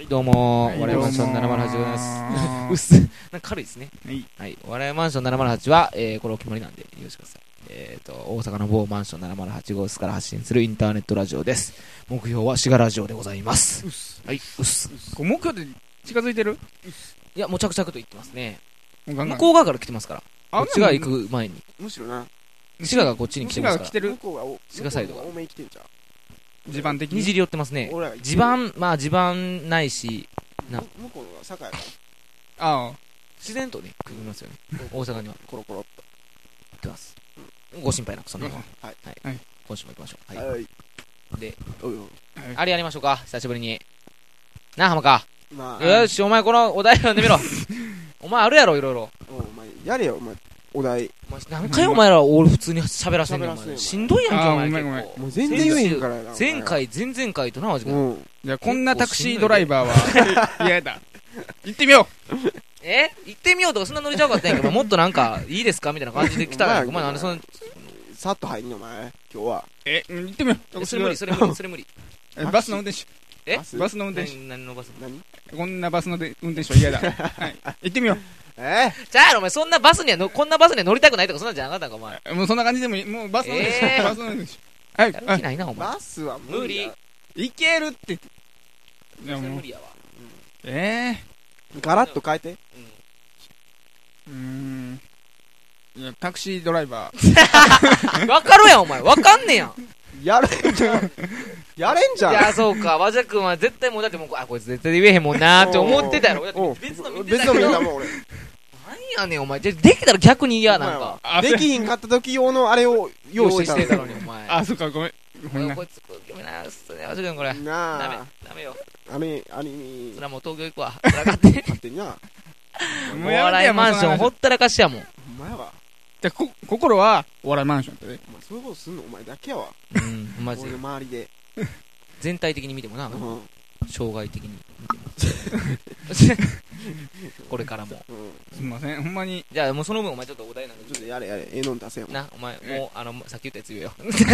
どうも、 はい笑いマンション708でございます。うっす。なんか軽いですね。はい。笑いマンション708は、これお決まりなんで、よろしくください。大阪の某マンション708号室から発信するインターネットラジオです。目標はシガラジオでございます。はい、うっす。 こう目標って近づいてる？ いや、もう着々と言ってますね。 もうガンガン向こう側から来てますから。 あこっちが行く前に。 むしろな、 シガがこっちに来てますから。 シガが来てる向こうがシガサイドが多めに来てんじゃん。 地盤的ににじり寄ってますね。 俺ら地盤、まあ地盤ないし、 向こうのが酒屋があ自然とね、来ますよね。大阪にはコロコロっ来てます。ご心配なく、そんなのは。 と。はい。 はい。今週も行きましょう。はい。 はい。 で、 おいおい。 あれやりましょうか、久しぶりに。なあ、浜か。 まあ、 よし、お前このお題読んでみろ。お前あるやろ、いろいろ。 お前、やれよ、お前、お題。 お前何回お前ら俺普通に喋らせんねん、お前。 喋らせんよしんどいやんけ、 あーお前ごめんごめん結構。 もう全然言えへんからやな。 前回、前々回とな、マジで。 うん。 じゃあこんなタクシードライバーは嫌だ。行ってみよ行ってみようとかそんな乗りちゃうかったんやけど、もっとなんか、いいですかみたいな感じで来たら、お前なんでそんさっと入んの、お前。今日は。 う。行ってみよう。 それ無理、それ無理、それ無理。 バスの運転手。バスの運転手。 何のバス？ 何こんなバスの運転手は嫌だ。はい。行ってみよじゃあ、お前そんなバスにはこんなバスには乗りたくないとかそんなんじゃなかったんか、お前。 う。もうそんな感じでもいい。もうバスの運転手。バスの運転手。はい。 やるはい。 気ないな、お前。 バスは無理だ。 行けるって。いやもうそれ無理。やわ。 ガラッと変えて。 いや、タクシードライバー。 わかるやん、お前。わかんねやん。 やれんじゃん。やれんじゃん。 いや、そうか。和田君は絶対もう、だってもう、こいつ絶対言えへんもんなーって思ってたやろ。だって別の見てたけど。 別の見たもん、俺。 何やねん、お前。できたら逆に嫌、なんか。 あできひんかった時用のあれを用意してたののに、お前。 あ、そっか、ごめん。ごめんなこいつ、ごめんな、和田君これ。 なダメあ。、 ダメよ。 アニそれはもう東京行くわ。分かって。 勝手にな。 お笑いマンションほったらかしやもん。 お前は。 じゃあ心はお笑いマンションってね。 お前そういうことすんのお前だけやわ。 うん、マジで俺の。周りで。 全体的に見てもな、 うん。 障害的に見ても。これからも。 うん。 すみません、ほんまに。 じゃあもうその分お前ちょっとお題なんかちょっとやれ。ええのん出せよ。 な、お前、もう、さっき言ったやつ言えよ。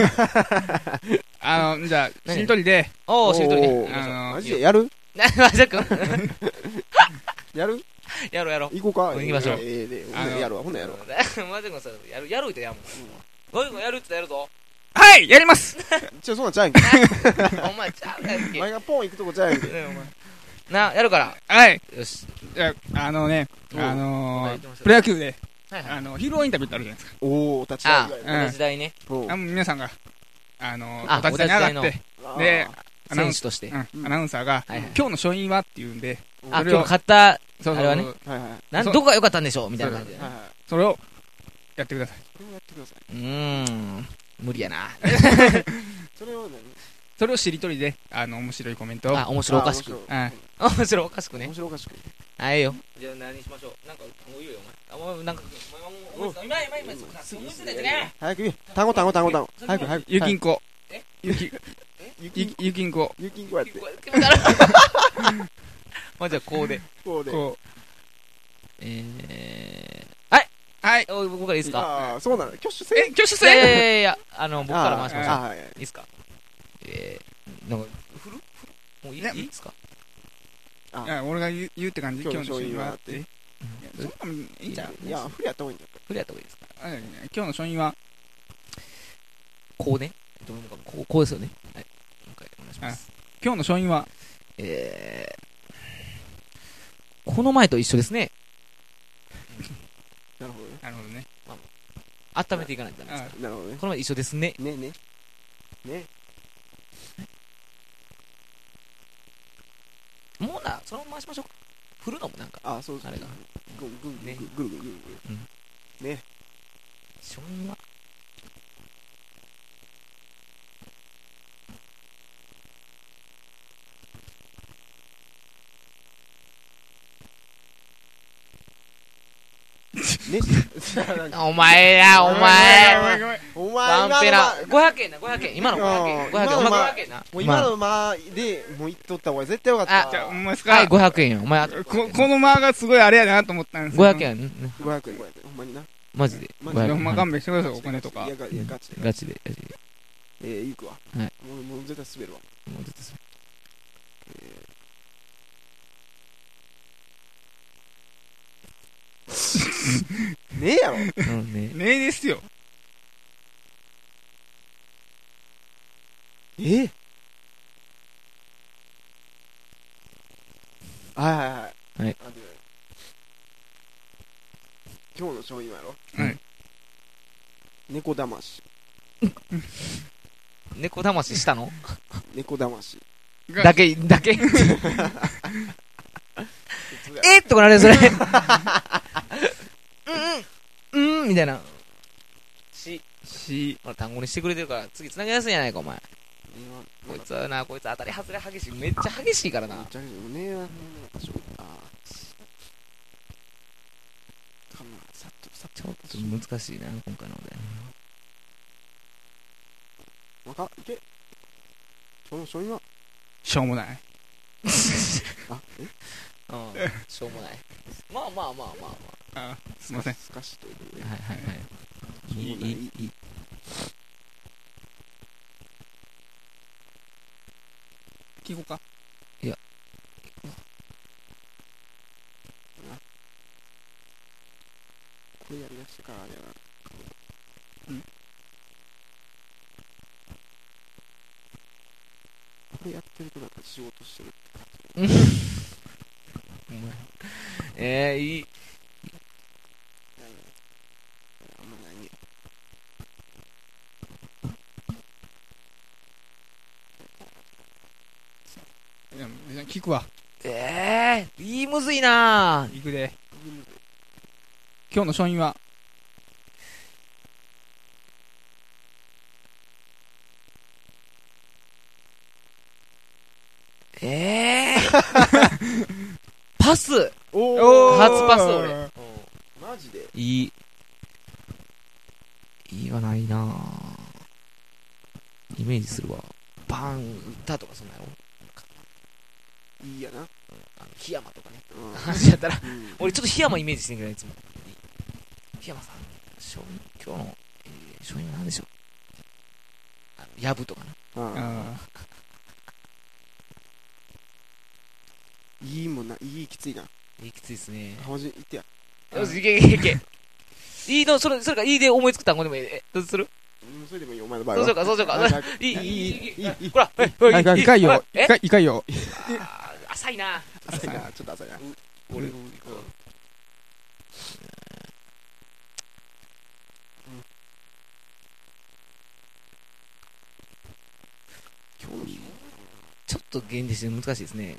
じゃあ、しりとりで、 おー、しりとりね。 おーあのマジでやるな、和田君やるやろうやろう。 行こうか。 行きましょうあのやるわ。ほんならやろう。 和田君さ、やるってやもん。和田君やるってやるぞ。 はいやりますそんなんちゃうんけ。 お前ちゃうやんけ。 お前がポン行くとこちゃうんけ。 ねお前な、やるから。 はいよし。 じゃあ、 お前言ってましたプロ野球で、 はいはい。 ヒーローインタビューってあるじゃないですか。 おー、立ちあ上がりうん同じ代ね。 うん皆さんが、 あお立ち台に上がって、で、アナウンス選手として。 アナウンサーが、 はいはい今日の勝因はって言うんで、 あ、 それを今日勝った、 そうあれはねはいはい。 そうどこが良かったんでしょうみたいな感じでね。 はいはい。 それをやってください。 それをやってください。 無理やな。 それを何それをしりとりで、面白いコメントを。 あ、面白おかしく。 はい面白おかしくね面。白おかしく。 はいよ。じゃあ何しましょう。なんか、もう言うよ、お前。なんか、お前、今、思いついたやつね。 早く言え。単語。早く。 ゆきんこ。 えゆきんこ。 ゆきんこやって。 まあじゃあ、こうで。 こうで。 こはい。 う。はい。 僕からいいですかああ、そうなの。挙手せ挙手いやい制やいやいや、僕から回しましょう。 あはい。 いいですかなんか、振るもういいねですかあいや俺が言うって感じ。 今今日の日の勝因は勝因はって。いやそんなもんいいんじゃん。 いや、不利やった方がいいんだよ。 振りやった方がいいですか今日の勝因は、 こうね。こうですよね。はい。今回お願いします。 今日の勝因は、 この前と一緒ですね。 なるほどね。 なるほどね。 温めていかないとダメですかなるほどね。 この前一緒ですね。 ね。 もうな、そのまま回しましょうか。振るのもなんか、 あ、そうあれが。ねぐるぐる。ね。 そんな。 ね。 お前や、お前。 おワンペラ。500円な、500円。今の500円。500円。お前500円な。 もう今の間で、もう言っとった方が絶対よかった。 じゃあ、お前すはい、 か、 500円よ。お前、 この間がすごいあれやなと思ったんですよ。 500円。 500円。ほんまにな。 マジで。 マジでほんま 500円。 勘弁してください、お金とかい。や、ガチで。 ガチで。 行くわ。 はいもう絶対滑るわ。 もう絶対それねえやろ。 うんね。 ねえですよ。 はいはいはい。 はいあで今日の勝因はやろ。 はい。 猫魂。 猫魂したの猫魂。 だけえっとかなるよ、それ。みたいな。ほら単語にしてくれてるから、次繋げやすいんやないか、お前。こいつはな、こいつ当たり外れ激しい。めっちゃ激しいからな。 めっちゃねえな。 ちょっと難しいな、今回のお題。 いけ。その勝因はしょうもない。 あ、 しょうもない。まあ。 あ、すいません。 すかしということで。 はい。いい。 聞こうか。 これやりだしてからあれやな。これやってるとなんか仕事してるって感じ。 いい。 あんまないね。 いや、聞くわ。 いいむずいな。 行くで。今日の勝因はパス。 お初パス俺。 マジでいいはないな。イメージするわ。バーン打ったとかそんなやろ。 いいやな。 檜山とかね。 うん話やったら、 うん俺ちょっと檜山イメージしてんけどいつも。檜山さん、今日の勝因は何でしょう。ヤブとかな。 いいもんな、いいきついな。 いいきついですね。 マジ言ってや。 よし、いけ。いいの、それかいいで思いつく単語でもいい。どうする？ それでもいいよ、お前の場合は。 そうしようか。いい。ほら、 いかいよ。いかいよ。 浅いな。 浅いな、ちょっと浅いな。 俺、ちょっと現実して難しいですね。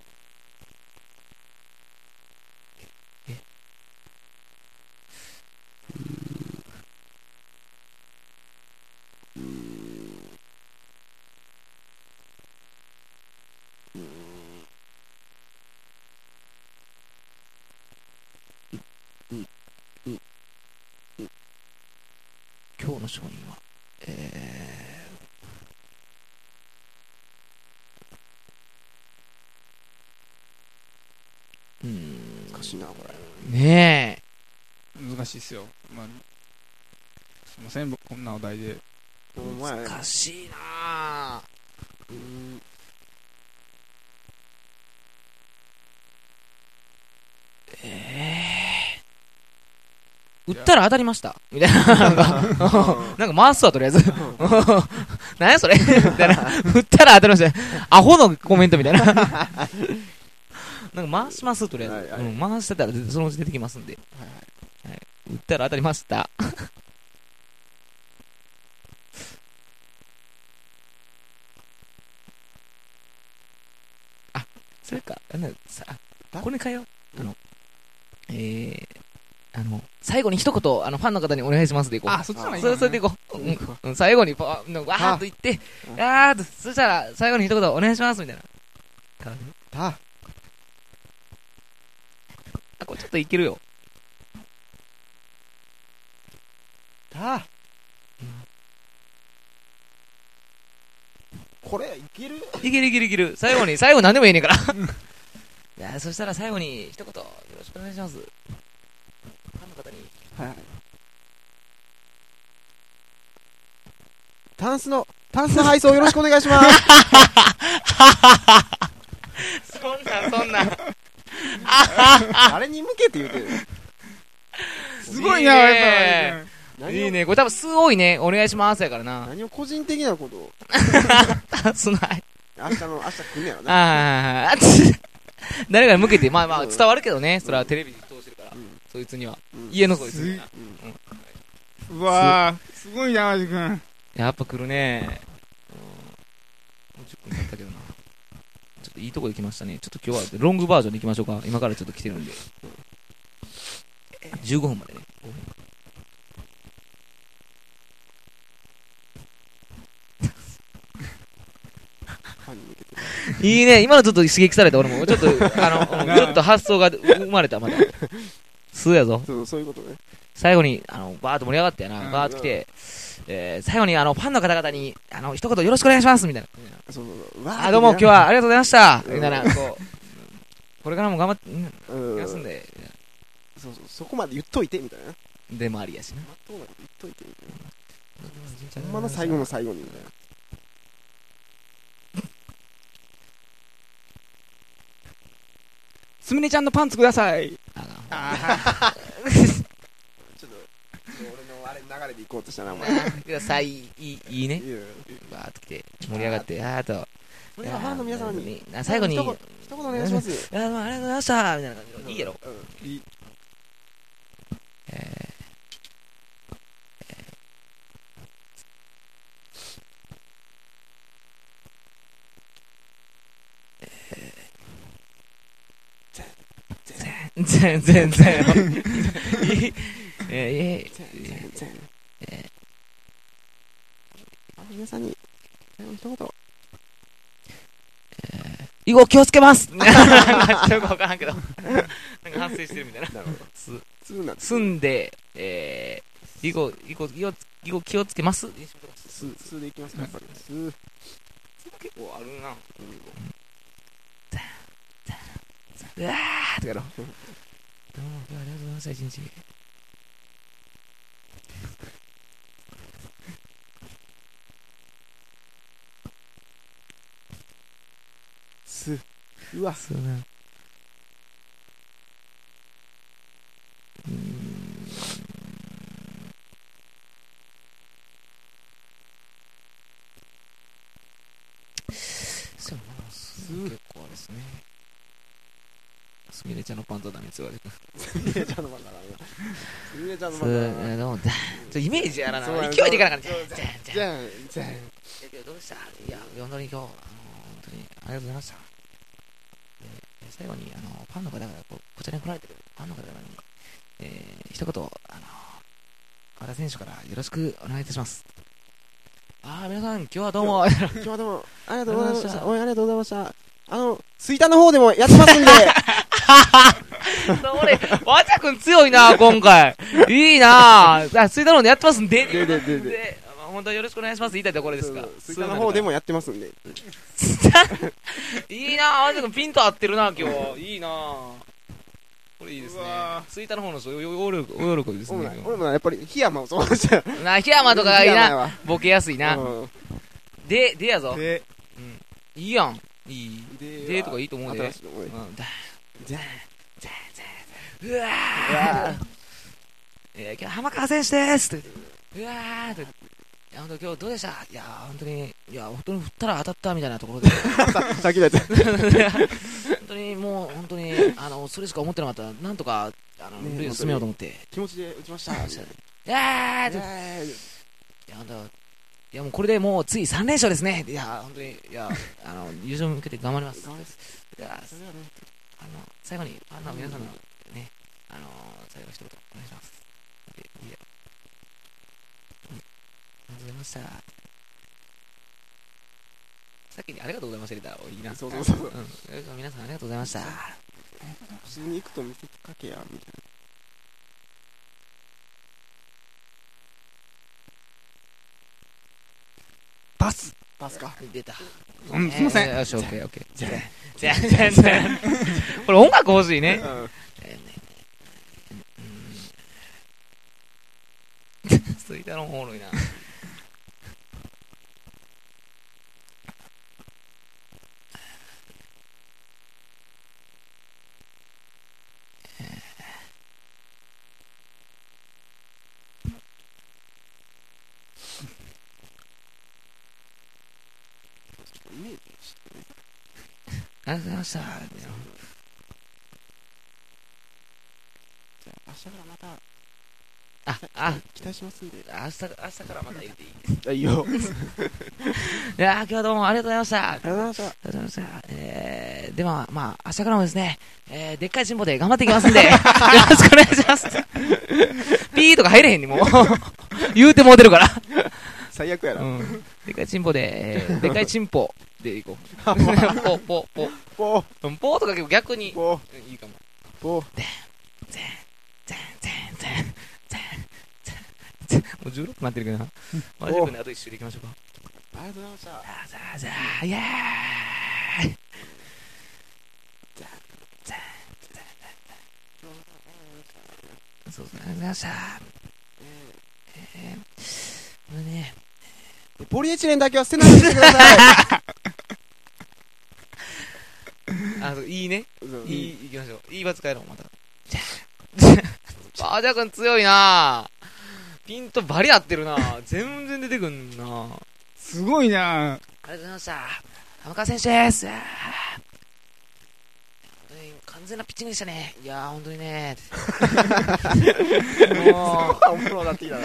今日の勝因は、 難しいな、これ。 ね難しいっすよ。まあ、すいません、こんなお題で。 お前、 難しいなぁ。打ったら当たりましたみたいな。なんか回すわ、とりあえず。なんやそれみたいな。打ったら当たりました。アホのコメントみたいな。なんか回します、とりあえず。回してたらそのうち出てきますんで。打ったら当たりました。それか、これ変えよう。最後に一言、ファンの方にお願いしますでいこう。 あ、そっちの方がいい。 それでいこう。最後に、わーっと言って、そしたら、最後に一言お願いします、みたいな。これちょっといけるよ。 これ、いける？ いける。最後何でもいいねんから。いや、そしたら最後に一言、よろしくお願いします。ファンの方に。 タンス配送よろしくお願いします。 そんな。 あれに向けて言うてる。 ごいな、やっぱいいね。これ多分数多いね。お願いしますやからな。 何を個人的なことを。 すない。 明日来んねやろな。 ああ、誰かに向けて、まあまあ伝わるけどね。それはテレビ通してるから。そいつには。家のそいつには。 うわー、すごいな、マジ君。 やっぱ来るね。もう10分経ったけどな。ちょっといいとこで来ましたね。ちょっと今日はロングバージョンで行きましょうか。今からちょっと来てるんで。15分までね。いいね。今のちょっと刺激された俺も。ちょっと、ぐるっと発想が生まれた、まだ。数やぞ。 そういうことね。 最後に、バーッと盛り上がってやな。バーッと来て、最後に、ファンの方々に、一言よろしくお願いしますみたいな。 そう。 どうも今日はありがとうございましたみたいな、こう、これからも頑張って、やすんで。 そこまで言っといて、みたいな。 でもありやしな。 言っといて、みたいな。ほんまの最後の最後に、みたいな。 すみれちゃんのパンツください。 ちょっと、俺のあれ流れで行こうとしたな、お前。 いいね。バーッと来て、盛り上がって、ファンの皆様に、 最後に、 一言お願いします。 ありがとうございましたみたいな感じで。いいやろ。 いい。 全然。 皆さんに、一言。 以後気をつけますよくわからんけど。なんか反省してるみたいな。 なるほど。 住んで、以後気をつけます。 数でいきますか、やっぱり。 結構あるな。うわーってやろ。どうも今日はありがとうございました、一日。 うわ。 そうな。そう結構あれですね。すみれちゃんのパンツはダメですよ。 すみれちゃんのパンツはダメだ。すみれちゃんのパンツはダメだ。 どうだ。イメージやらな。勢いでいかなかった。じゃん。どうした？いや、本当に今日、本当にありがとうございました。最後に、ファンの方々、こちらに来られてるファンの方々に、一言、川田選手からよろしくお願いいたします。皆さん、今日はどうも。 今日はどうも、ありがとうございました。ありがとうございました。吹田の方でもやってますんで。 俺、わちゃくん強いな、今回。いいなぁ。吹田の方でやってますんで。で、本当によろしくお願いします。言いたいところですが。 吹田の方でもやってますんで。 いいなぁ、わちゃくんピンと合ってるな、今日。いいなぁ。これいいですね。吹田の方の人、お喜びですね。 俺もやっぱり、檜山もそうでしたよ。 檜山とかがいいな。ボケやすいな。でやぞ。いいやん。いい。でとかいいと思うで。うわー。今日浜川選手ですって。うわーって。いや、本当今日どうでした？いや、本当に振ったら当たったみたいなところで。 さっきのやつ。 本当にもう、本当に、それしか思ってなかったら、なんとか、塁を進めようと思って。 気持ちで打ちました。 いや、もうこれでもうつい3連勝ですね。いや、本当に、優勝に向けて頑張ります。いや、最後に、ファンの皆さんのね、最後一言お願いします。ありがとうございました。先にありがとうございました入れたらいいな。 そう。 皆さんありがとうございました。 普通に行くと見せかけや、みたいな。パスか。 出た。 すいません。 よし、オッケー。じゃあ。これ音楽欲しいね。ついたのおもろいな。 ありがとうございました。 じゃあ明日からまた期待しますんで。 明日からまた言っていい？ いいよ。 いやー、今日はどうもありがとうございました。 ありがとうございました。 ありがとうございました。では、まあ、明日からもですね、でっかいチンポで頑張っていきますんで、よろしくお願いします。ピーとか入れへんに、もう。言うてもうてるから。 最悪やな。 でっかいチンポで、でっかいチンポでいこう。ポーとか結構逆にいいかも。もう16分なってるけどな。マジであと一周でいきましょうか。 ありがとうございました。 じゃあ、イエーイ。そうですね、ありがとうございました。ね、 ポリエチレンだけは捨てないでしてください。 いいね。いきましょう。いいバツ帰ろう、また。バージャー君強いな。ピントバリ合ってるな。全然出てくんな。 すごいな。 ありがとうございました。浜川選手です。完全なピッチングでしたね。いやー、本当にね。 もう、おもろなってきたな。 い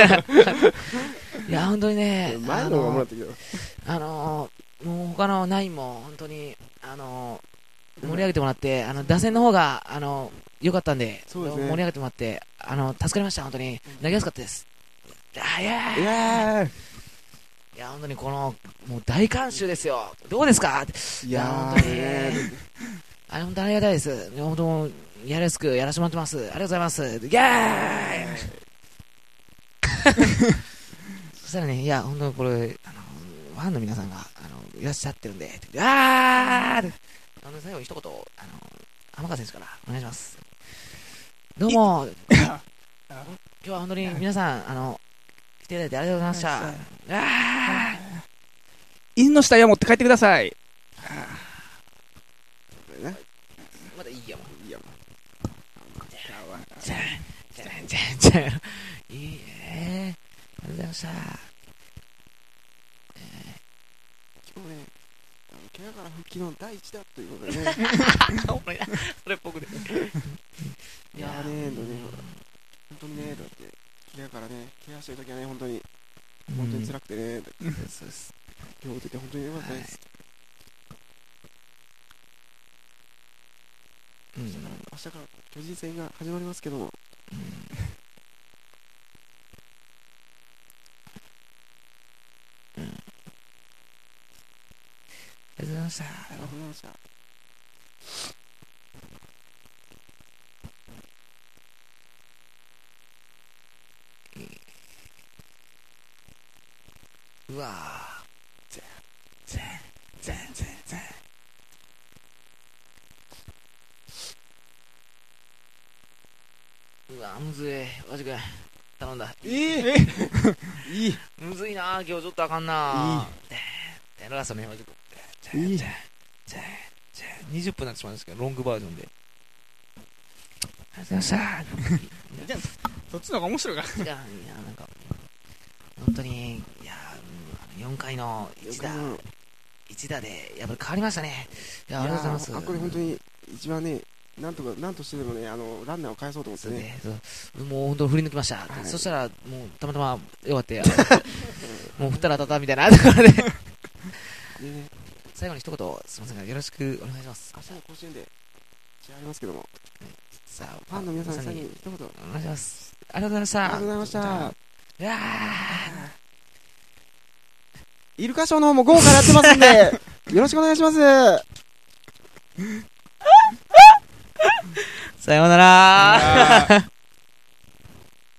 やー、本当にね。 前の方がおもろなってきた。 もう他のナインも本当に、盛り上げてもらって、打線の方が、良かったんで、盛り上げてもらって、助かりました、本当に。投げやすかったです。いや本当にもう大観衆ですよ。どうですか？いや本当に。本当にありがたいです。本当、やりやすくやらせてもらってます。ありがとうございます。イェーイそしたらね、いや、本当にこれ、ファンの皆さんが、いらっしゃってるんで、最後に一言、浜川選手からお願いします。どうも、今日は本当に皆さん、来ていただいてありがとうございました。 犬の死体を持って帰ってください。 まだいいやもん。いいやもん。ありがとうございました。 今日ね、怪我から復帰の第一弾ということでね。 それっぽくで。 いやーね、本当にね、だって、怪我からね、怪我してるときはね、本当に辛くてね、そうです。今日出て本当に良かったです。明日から巨人戦が始まりますけども、 ありがとうございました。 ありがとうございました。 うわぁ。うわむずい。マジか。頼んだ。 いいむずいなぁ。今日ちょっとあかんなぁ。ラストね、マジで。20分になってしまうんですけど、ロングバージョンで。ありがとうございました。 そっちの方が面白いから。 いや、なんか、本当に、いや、4回の一打で、やっぱり変わりましたね。いや、ありがとうございます。 これ本当に、一番ね、なんとしてでもね、ランナーを返そうと思ってね。 もう本当振り抜きました。そしたら、もうたまたまよかったよ。もう振ったら当たったみたいなところで。最後に一言、すみませんが、よろしくお願いします。 明日の甲子園で試合ありますけども。 さあ、 ファンの皆さんに最後に一言。 お願いします。ありがとうございました。 ありがとうございました。 いやイルカショーの方も豪華にやってますんで、よろしくお願いします。 さようなら。